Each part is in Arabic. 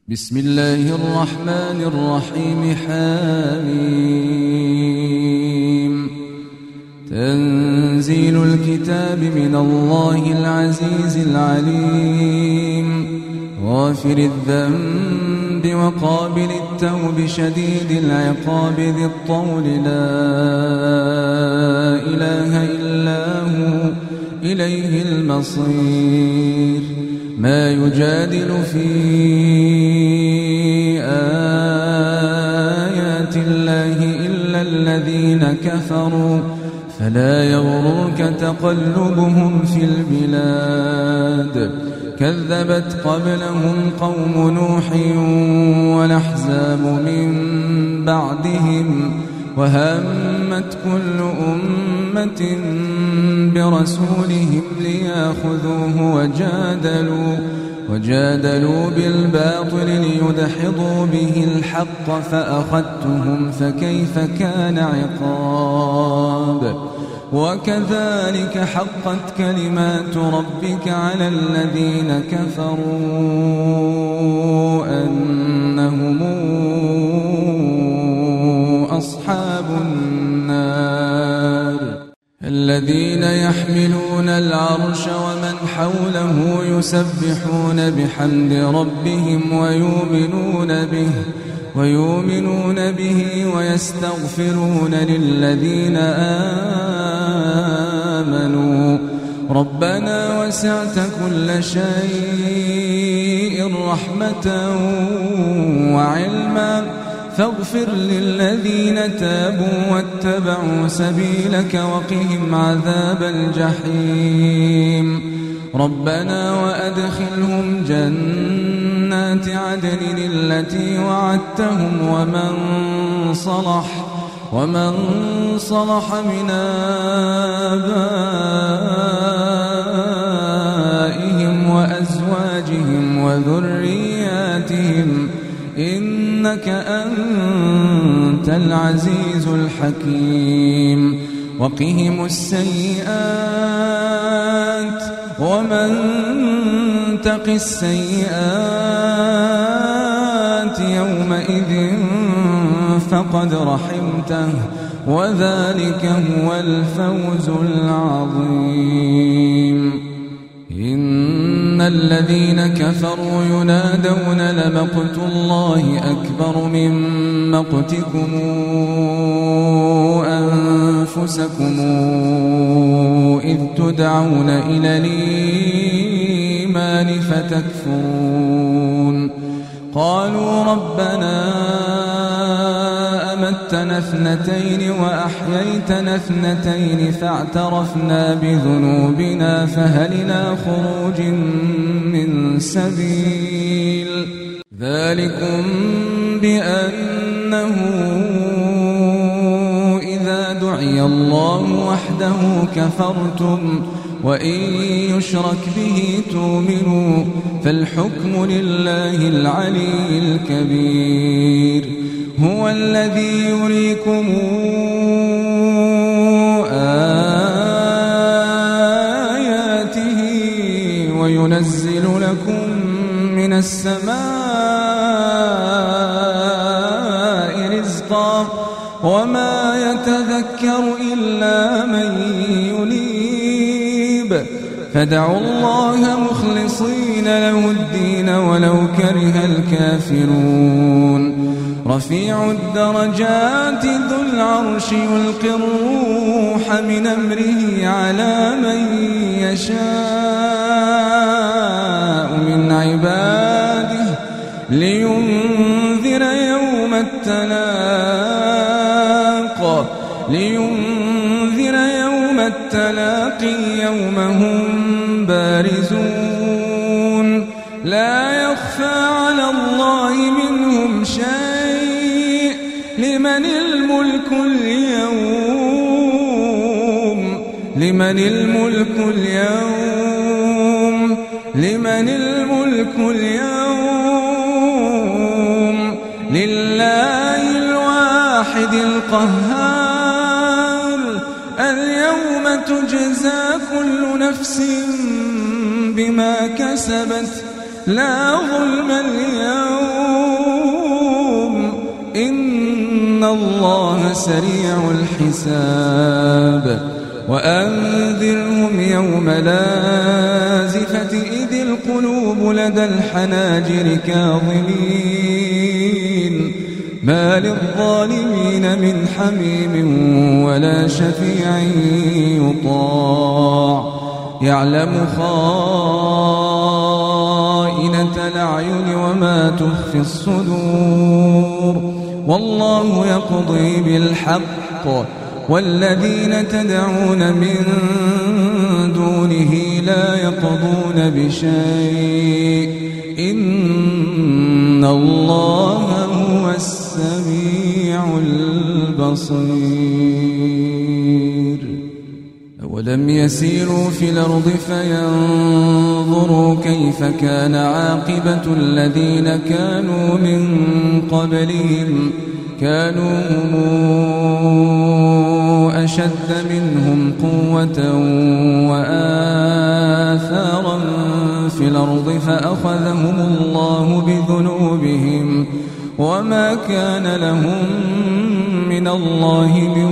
بسم الله الرحمن الرحيم. حميم. تنزيل الكتاب من الله العزيز العليم، غافر الذنب وقابل التوب شديد العقاب ذي الطول، لا إله إلا هو إليه المصير. ما يجادل في آيات الله إلا الذين كفروا، فلا يغررك تقلبهم في البلاد. كذبت قبلهم قوم نوح والأحزاب من بعدهم، وهمت كل أمة برسولهم ليأخذوه، وجادلوا بالباطل ليدحضوا به الحق، فأخذتهم فكيف كان عقاب. وكذلك حقت كلمات ربك على الذين كفروا أنهم أصحاب النار. الذين يحملون العرش ومن حوله يسبحون بحمد ربهم ويؤمنون به ويستغفرون للذين آمنوا ربنا وسعت كل شيء رحمة وعلما فاغفر للذين تابوا واتبعوا سبيلك وقهم عذاب الجحيم. ربنا وأدخلهم جنات عدن التي وعدتهم ومن صلح من آبائهم وأزواجهم وذرياتهم إنك أنت العزيز الحكيم. وقهم السيئات ومن تق السيئات يومئذ فقد رحمته، وذلك هو الفوز العظيم. إن الذين كفروا ينادون لمقت الله أكبر من مقتكم أنفسكم إذ تدعون إلى الإيمان فتكفرون. قالوا ربنا أمتنا اثنتين وأحييتنا اثنتين فاعترفنا بذنوبنا فهل إلى خروج من سبيل. ذلكم بأنه إذا دعي الله وحده كفرتم وإن يشرك به تؤمنوا فالحكم لله العلي الكبير. هو الذي يريكم آياته وينزل لكم من السماء رزقا وما يتذكر إلا من ينيب. فادعوا الله مخلصين له الدين ولو كره الكافرون. رفيع الدرجات ذو العرش يلقي الروح من أمره على من يشاء من عباده لينذر يوم التلاقي يوم هم بارزون لا يخفى على الله منهم شيء. لمن الملك اليوم لله الواحد القهار. اليوم تجزى كل نفس بما كسبت لا ظلم اليوم. إن الله سريع الحساب وأنذرهم يوم لازفة إذ القلوب لدى الحناجر كاظمين ما للظالمين من حميم ولا شفيع يطاع يعلم خائنة الأعين وما تخفي الصدور والله يقضي بالحق والذين تدعون من دونه لا يقضون بشيء إن الله هو السميع البصير أولم يسيروا في الأرض فينظروا كيف كان عاقبة الذين كانوا من قبلهم كانوا هم أشد منهم قوة وآثارا في الأرض فأخذهم الله بذنوبهم وما كان لهم من الله من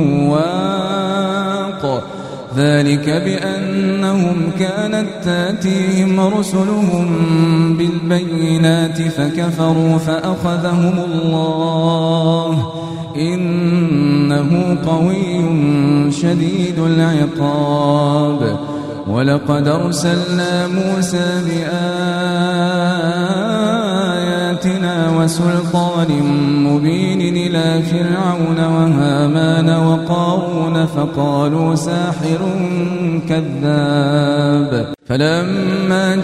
واق ذلك بأنهم كانت تاتيهم رسلهم بالبينات فكفروا فأخذهم الله إنه قوي شديد العقاب ولقد أرسلنا موسى بآياتنا وسلطان مبين إلى فرعون وهامان وقارون فقالوا ساحر كذاب فلما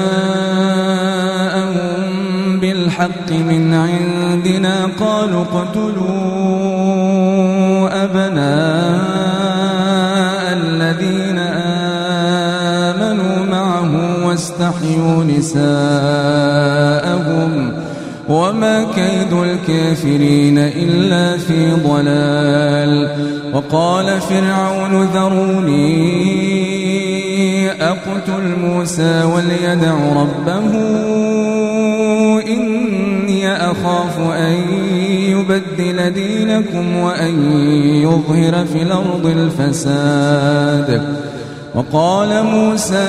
جاءهم بالحق من عندنا قالوا اقتلوا أبناء الذين آمنوا معه واستحيوا نساءهم وما كيد الكافرين إلا في ضلال وقال فرعون ذروني أقتل موسى وليدع ربه إني أخاف أن يبدل دينكم وأن يظهر في الأرض الفساد وقال موسى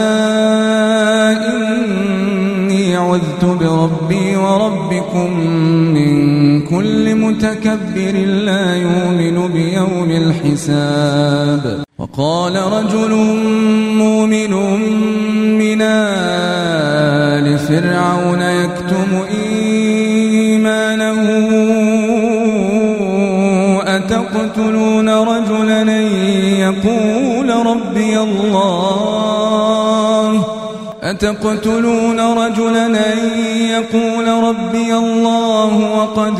إني عذت بربي وربكم من كل متكبر لا يؤمن بيوم الحساب وقال رجل مؤمن من آل فرعون يكتم إيمانه أتقتلون رجلا يقول ربي الله وقد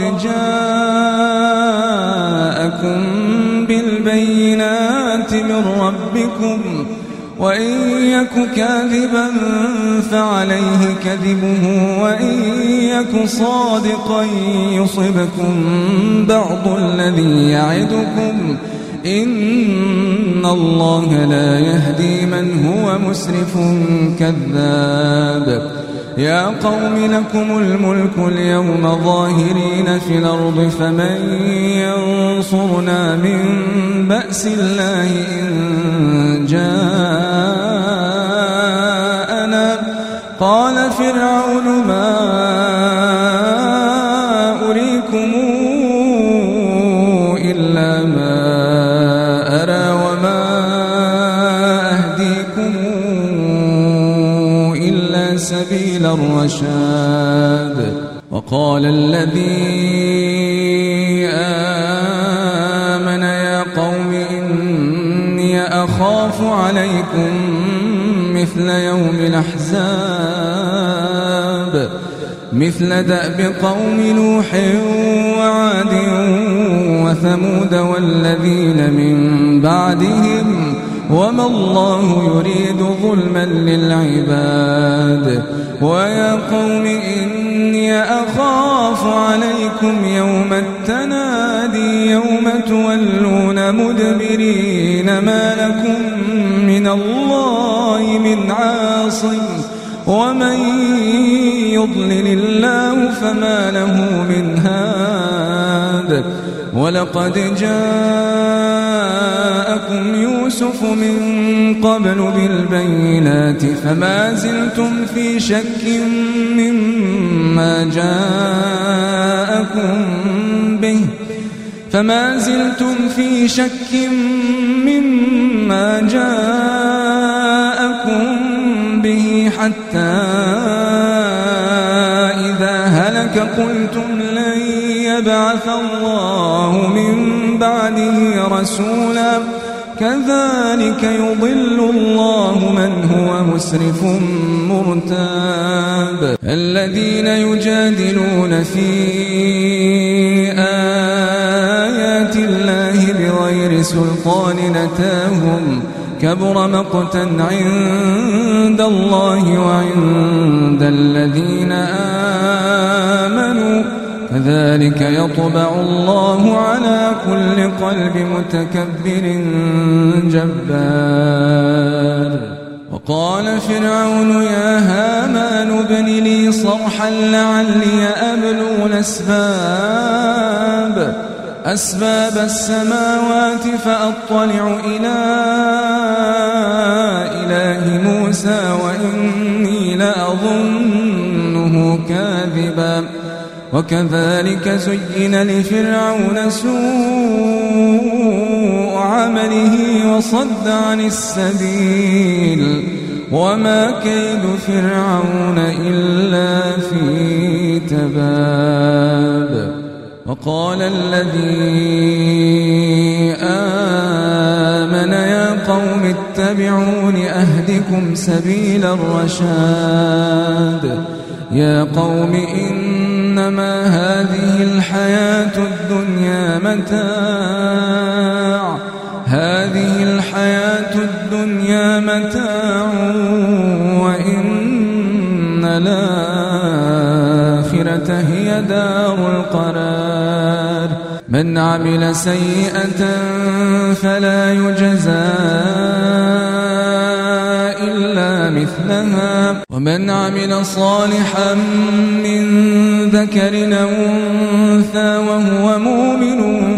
جاءكم بالبينات من ربكم وإن يك كاذبا فعليه كذبه وإن يك صادقا يصبكم بعض الذي يعدكم إن الله لا يهدي من هو مسرف كذاب يا قوم لكم الملك اليوم ظاهرين في الأرض فمن ينصرنا من بأس الله إن جاءنا قال فرعون ما أريكم إلا ما أرى وما أهديكم إلا سبيل الرشاد وقال الذي آمن يا قوم إني أخاف عليكم مثل يوم الأحزاب مثل دأب قوم نوح وعاد وثمود والذين من بعدهم وما الله يريد ظلما للعباد ويا قوم إني أخاف عليكم يوم التنادي يوم تولون مدبرين ما لكم من الله من عاصم ومن يضلل الله فما له من هاد ولقد جاءكم يوسف من قبل بالبينات فما زلتم في شك مما جاءكم به حتى إذا هلك قلتم لن يبعث الله من بعده رسولا كذلك يضل الله من هو مسرف مرتاب الذين يجادلون في آيات الله بغير سلطان أتاهم كبر مقتا عند الله وعند الذين آمنوا كذلك يطبع الله على كل قلب متكبر جبار وقال فرعون يا هامان ابن لي صرحا لعلي أبلغ أسباب السماوات فأطلع إلى إله موسى وإني لأظنه كاذبا وكذلك زين لفرعون سوء عمله وصد عن السبيل وما كيد فرعون إلا في تباب وقال الذي آمن يا قوم اتبعون أهدكم سبيل الرشاد يا قوم إنما هذه الحياة الدنيا متاع وإن الآخرة هي دار القرار من عمل سيئة فلا يجزى إلا مثلها ومن عمل صالحا من ذكر أو أنثى وهو مؤمن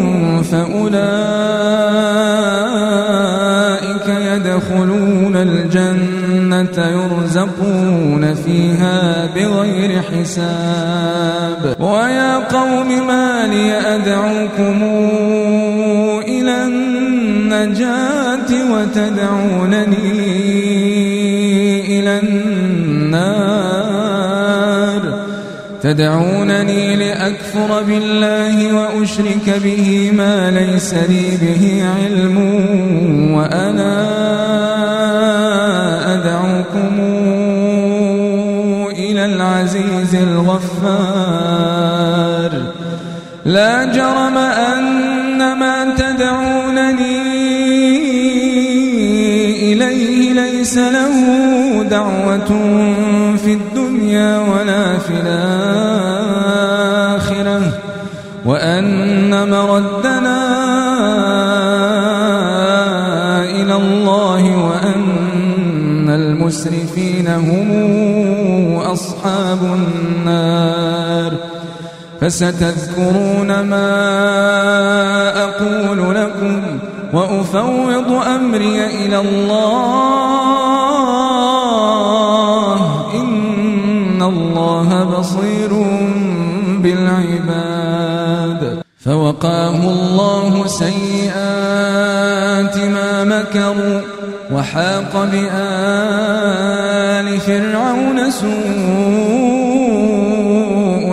فأولئك يدخلون الجنة يرزقون فيها بغير حساب ويا قوم ما لي أدعوكم إلى النجاة وتدعونني إلى النار تدعونني لأكفر بالله وأشرك به ما ليس لي به علم وأنا أدعوكم إلى العزيز الغفار لا جرم أن ما تدعونني إليه ليس له دعوة في الدنيا ولا في الآخرة وأن مردنا إلى الله وأن المسرفين هم أصحاب النار فستذكرون ما أقول لكم وأفوض أمري إلى الله إن الله بصير بالعباد فوقاه الله سيئات ما مكروا وحاق بآل فرعون سوء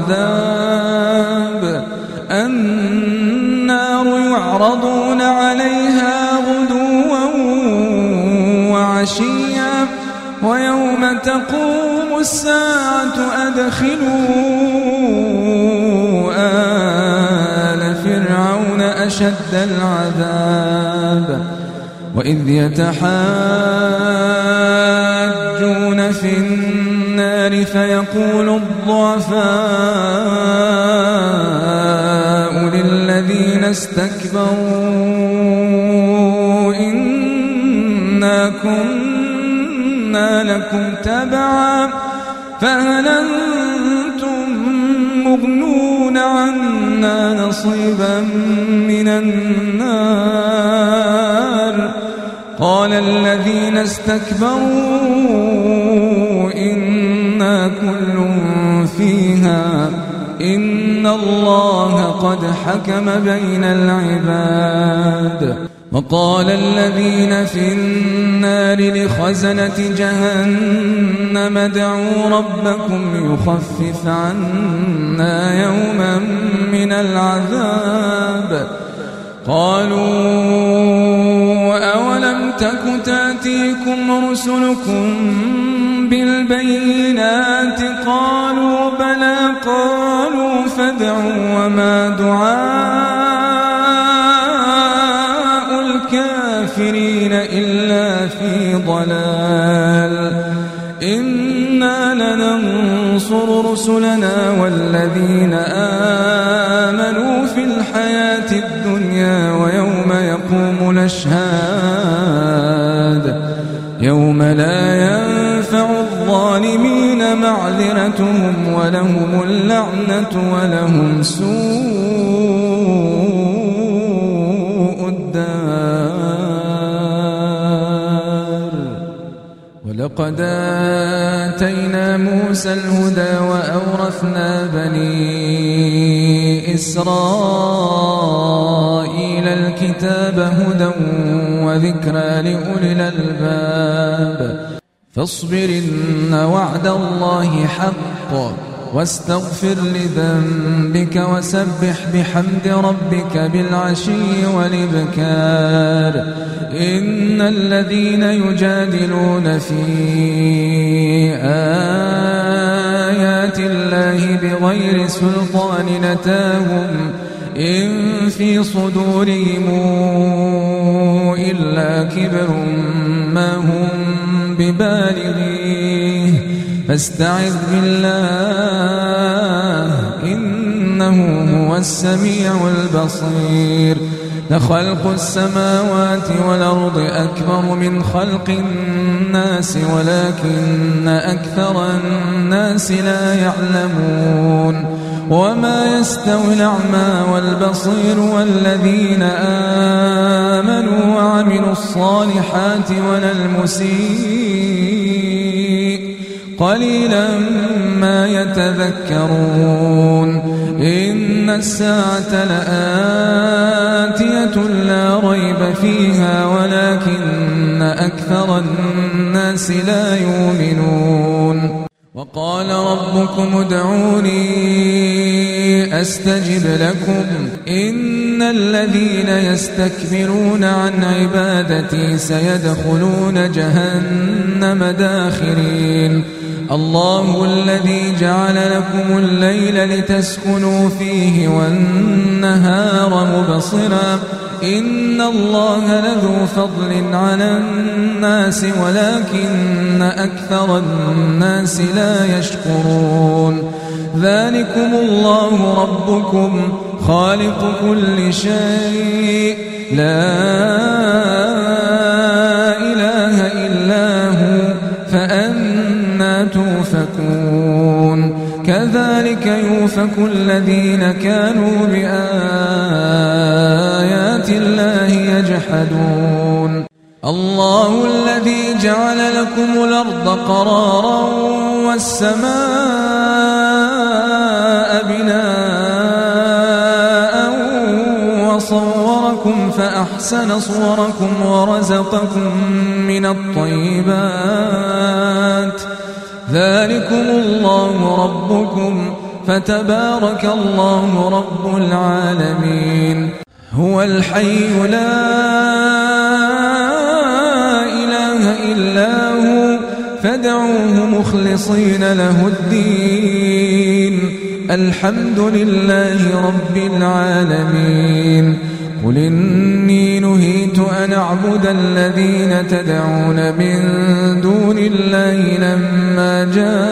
العذاب النار يعرضون عليها غدوا وعشيا ويوم تقوم الساعة أدخلوا آل فرعون أشد العذاب وإذ يتحاجون في النار فيقول الضعفاء للذين استكبروا إنا كنا لكم تبعا فهل أنتم مغنون عنا منا نصيبا من النار قال الذين استكبروا إنا كل فيها إن الله قد حكم بين العباد وقال الذين في النار لخزنة جهنم ادعوا ربكم يخفف عنا يوما من العذاب قالوا أولم تك تأتيكم رسلكم بالبينات قالوا بلى قالوا فادعوا وما دعاء الكافرين إلا في ضلال إنا لننصر رسلنا والذين آمنوا في الحياة الدنيا ويوم يقوم الأشهاد يوم لا ينفع الظالمين معذرتهم ولهم اللعنة ولهم سوء الدار ولقد آتينا موسى الهدى وأورثنا بني إسرائيل الكتاب هدى وذكرى لأولي الألباب فاصبر إن وعد الله حق واستغفر لذنبك وسبح بحمد ربك بالعشي والإبكار إن الذين يجادلون في آيات الله بغير سلطان نتاهم إن في صدورهم إلا كبر ما هم ببالغيه فاستعذ بالله إنه هو السميع البصير لخلق السماوات والأرض أكبر من خلق الناس ولكن أكثر الناس لا يعلمون وما يستوي الأعمى والبصير والذين آمنوا وعملوا الصالحات ولا المسيء قليلا ما يتذكرون إن الساعة لآتية لا ريب فيها ولكن أكثر الناس لا يؤمنون وقال ربكم ادعوني أستجب لكم إن الذين يستكبرون عن عبادتي سيدخلون جهنم داخرين الله الذي جعل لكم الليل لتسكنوا فيه والنهار مبصرا إن الله لذو فضل على الناس ولكن أكثر الناس لا يشكرون ذلكم الله ربكم خالق كل شيء لا إله إلا هو فأنى توفكون كذلك يوفك الذين كانوا بآيات الله يجحدون الله الذي جعل لكم الأرض قرارا والسماء بناء وصوركم فأحسن صوركم ورزقكم من الطيبات ذلكم الله ربكم فتبارك الله رب العالمين هو الحي لا إله إلا هو فادعوه مخلصين له الدين الحمد لله رب العالمين قل إني نهيت أن أعبد الذين تدعون من دون الله لما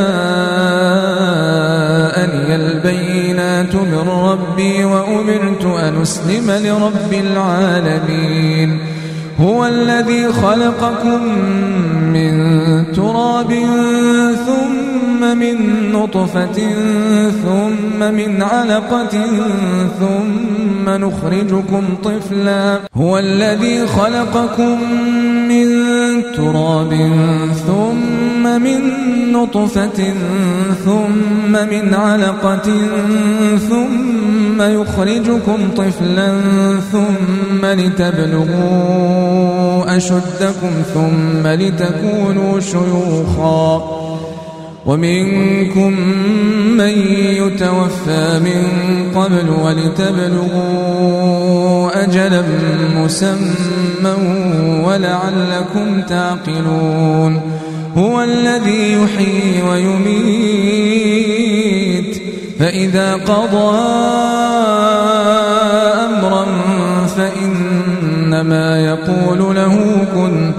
جاءني البينات من ربي وأمرت أن أسلم لرب العالمين هو الذي خلقكم من تراب ثم ثم من نطفة ثم من علقة ثم نخرجكم طفلا هو الذي خلقكم من تراب ثم من نطفة ثم من علقة ثم يخرجكم طفلا ثم لتبلغوا أشدكم ثم لتكونوا شيوخا ومنكم من يتوفى من قبل ولتبلغوا أجلا مسمى ولعلكم تعقلون هو الذي يحيي ويميت فإذا قضى أمرا فإنما يقول له كن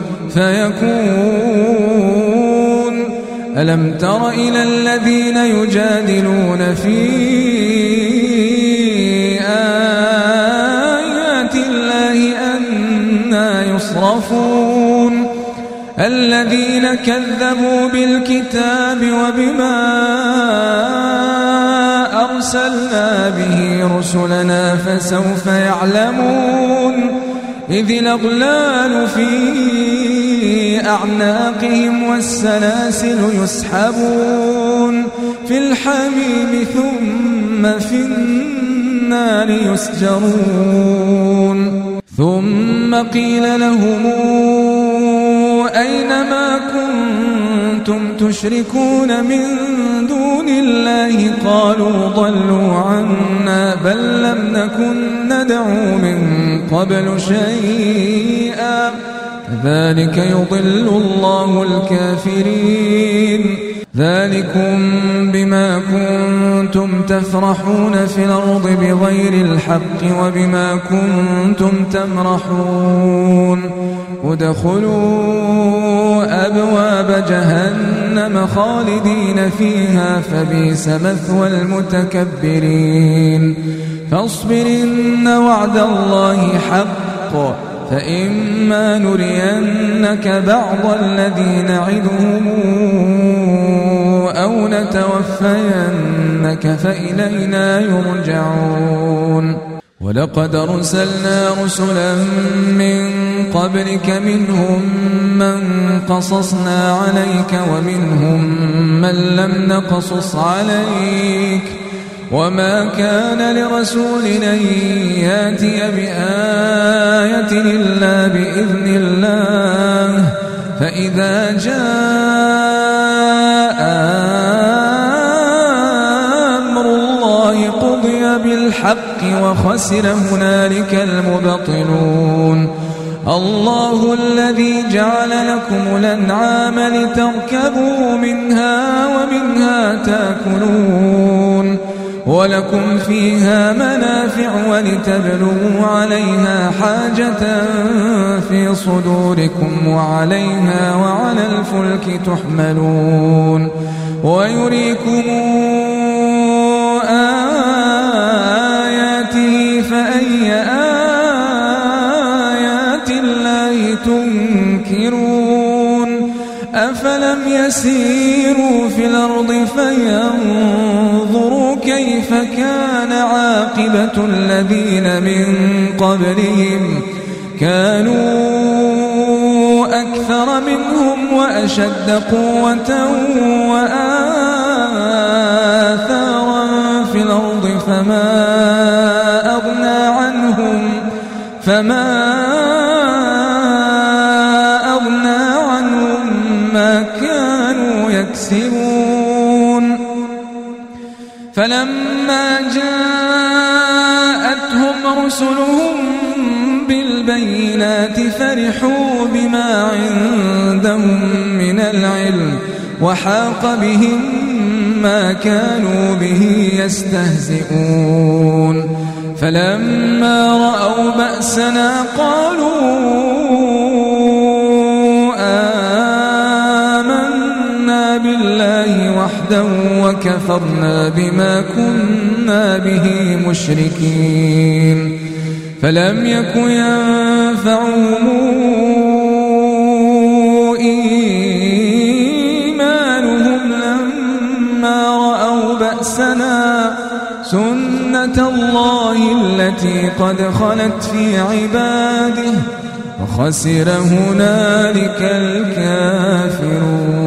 فيكون ألم تر إلى الذين يجادلون في آيات الله أنى يصرفون الذين كذبوا بالكتاب وبما أرسلنا به رسلنا فسوف يعلمون إذ الأغلال في أعناقهم والسلاسل يسحبون في الحميم ثم في النار يسجرون ثم قيل لهم أين ما كنتم تشركون من دون الله قالوا ضلوا عنا بل لم نكن ندعو من قبل شيئا كذلك يضل الله الكافرين ذلكم بما كنتم تفرحون في الأرض بغير الحق وبما كنتم تمرحون ادخلوا أبواب جهنم خالدين فيها فبئس مثوى المتكبرين فاصبر إن وعد الله حق فإما نرينك بعض الذي نعدهم أو نتوفينك فإلينا يرجعون ولقد أرسلنا رسلا من قبلك منهم من قصصنا عليك ومنهم من لم نقصص عليك وما كان لرسول أن يأتي بآية إلا بإذن الله فإذا جاء أمر الله قضي بالحق وخسر هنالك المبطلون الله الذي جعل لكم الأنعام لتركبوا منها ومنها تأكلون ولكم فيها منافع ولتبلغوا عليها حاجة في صدوركم وعليها وعلى الفلك تحملون ويريكم آياته فأي آيات الله تنكرون أفلم يسيروا في الأرض فينظروا كيف كان عاقبة الذين من قبلهم كانوا أكثر منهم وأشد قوة وآثارا في الأرض فما أغنى عنهم ما كانوا يكسبون فلما جاءتهم رسلهم بالبينات فرحوا بما عندهم من العلم وحاق بهم ما كانوا به يستهزئون فلما رأوا بأسنا قالوا آمنا بالله وحده وكفرنا بما كنا به مشركين فلم يك ينفعهم إيمانهم حسنا سنة الله التي قد خلت في عباده وخسر هنالك الكافرون.